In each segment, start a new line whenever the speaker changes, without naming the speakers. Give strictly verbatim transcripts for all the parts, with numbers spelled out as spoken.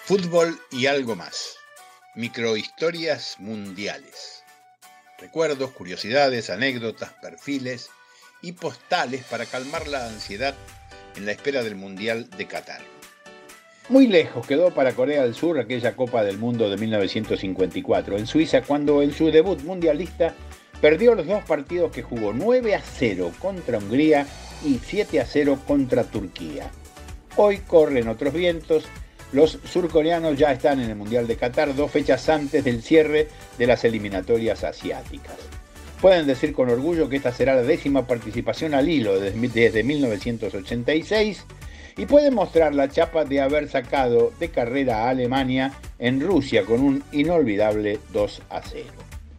Fútbol y algo más. Microhistorias mundiales. Recuerdos, curiosidades, anécdotas, perfiles y postales para calmar la ansiedad en la espera del Mundial de Qatar.
Muy lejos quedó para Corea del Sur aquella Copa del Mundo de mil novecientos cincuenta y cuatro en Suiza, cuando en su debut mundialista perdió los dos partidos que jugó, nueve a cero contra Hungría y siete a cero contra Turquía. Hoy corren otros vientos. Los surcoreanos ya están en el Mundial de Qatar dos fechas antes del cierre de las eliminatorias asiáticas. Pueden decir con orgullo que esta será la décima participación al hilo desde mil novecientos ochenta y seis y pueden mostrar la chapa de haber sacado de carrera a Alemania en Rusia con un inolvidable dos a cero.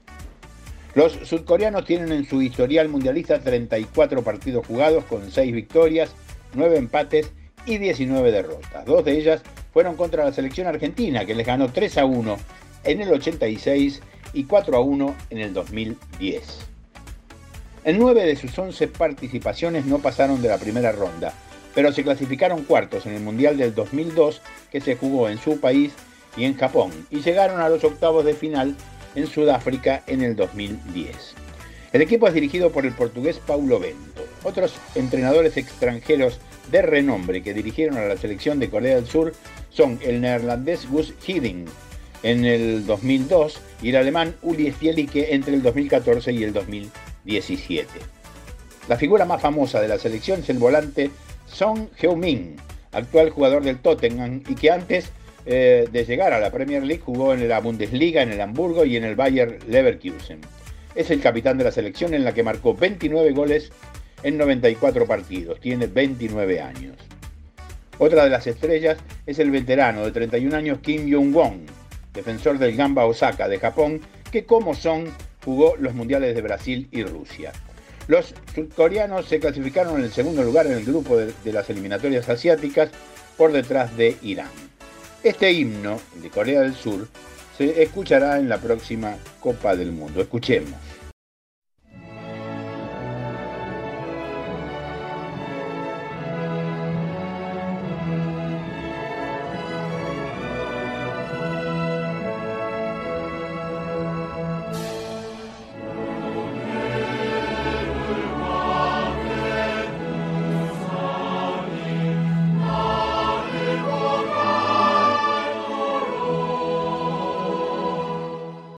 Los surcoreanos tienen en su historial mundialista treinta y cuatro partidos jugados con seis victorias, nueve empates y diecinueve derrotas. Dos de ellas fueron contra la selección argentina, que les ganó tres a uno en el ochenta y seis y cuatro a uno en el dos mil diez. En nueve de sus once participaciones no pasaron de la primera ronda, pero se clasificaron cuartos en el Mundial del dos mil dos, que se jugó en su país y en Japón, y llegaron a los octavos de final en Sudáfrica en el dos mil diez. El equipo es dirigido por el portugués Paulo Bento. Otros entrenadores extranjeros de renombre que dirigieron a la selección de Corea del Sur son el neerlandés Guus Hiddink en el dos mil dos y el alemán Uli Stielicke entre el dos mil catorce y el dos mil diecisiete. La figura más famosa de la selección es el volante Son Heung-min, actual jugador del Tottenham y que antes eh, de llegar a la Premier League jugó en la Bundesliga, en el Hamburgo y en el Bayer Leverkusen. Es el capitán de la selección, en la que marcó veintinueve goles en noventa y cuatro partidos. Tiene veintinueve años. Otra de las estrellas es el veterano de treinta y un años Kim Jong-won, defensor del Gamba Osaka de Japón, que como Son jugó los mundiales de Brasil y Rusia. Los surcoreanos se clasificaron en el segundo lugar en el grupo de, de las eliminatorias asiáticas, por detrás de Irán. Este himno de Corea del Sur se escuchará en la próxima Copa del Mundo. Escuchemos.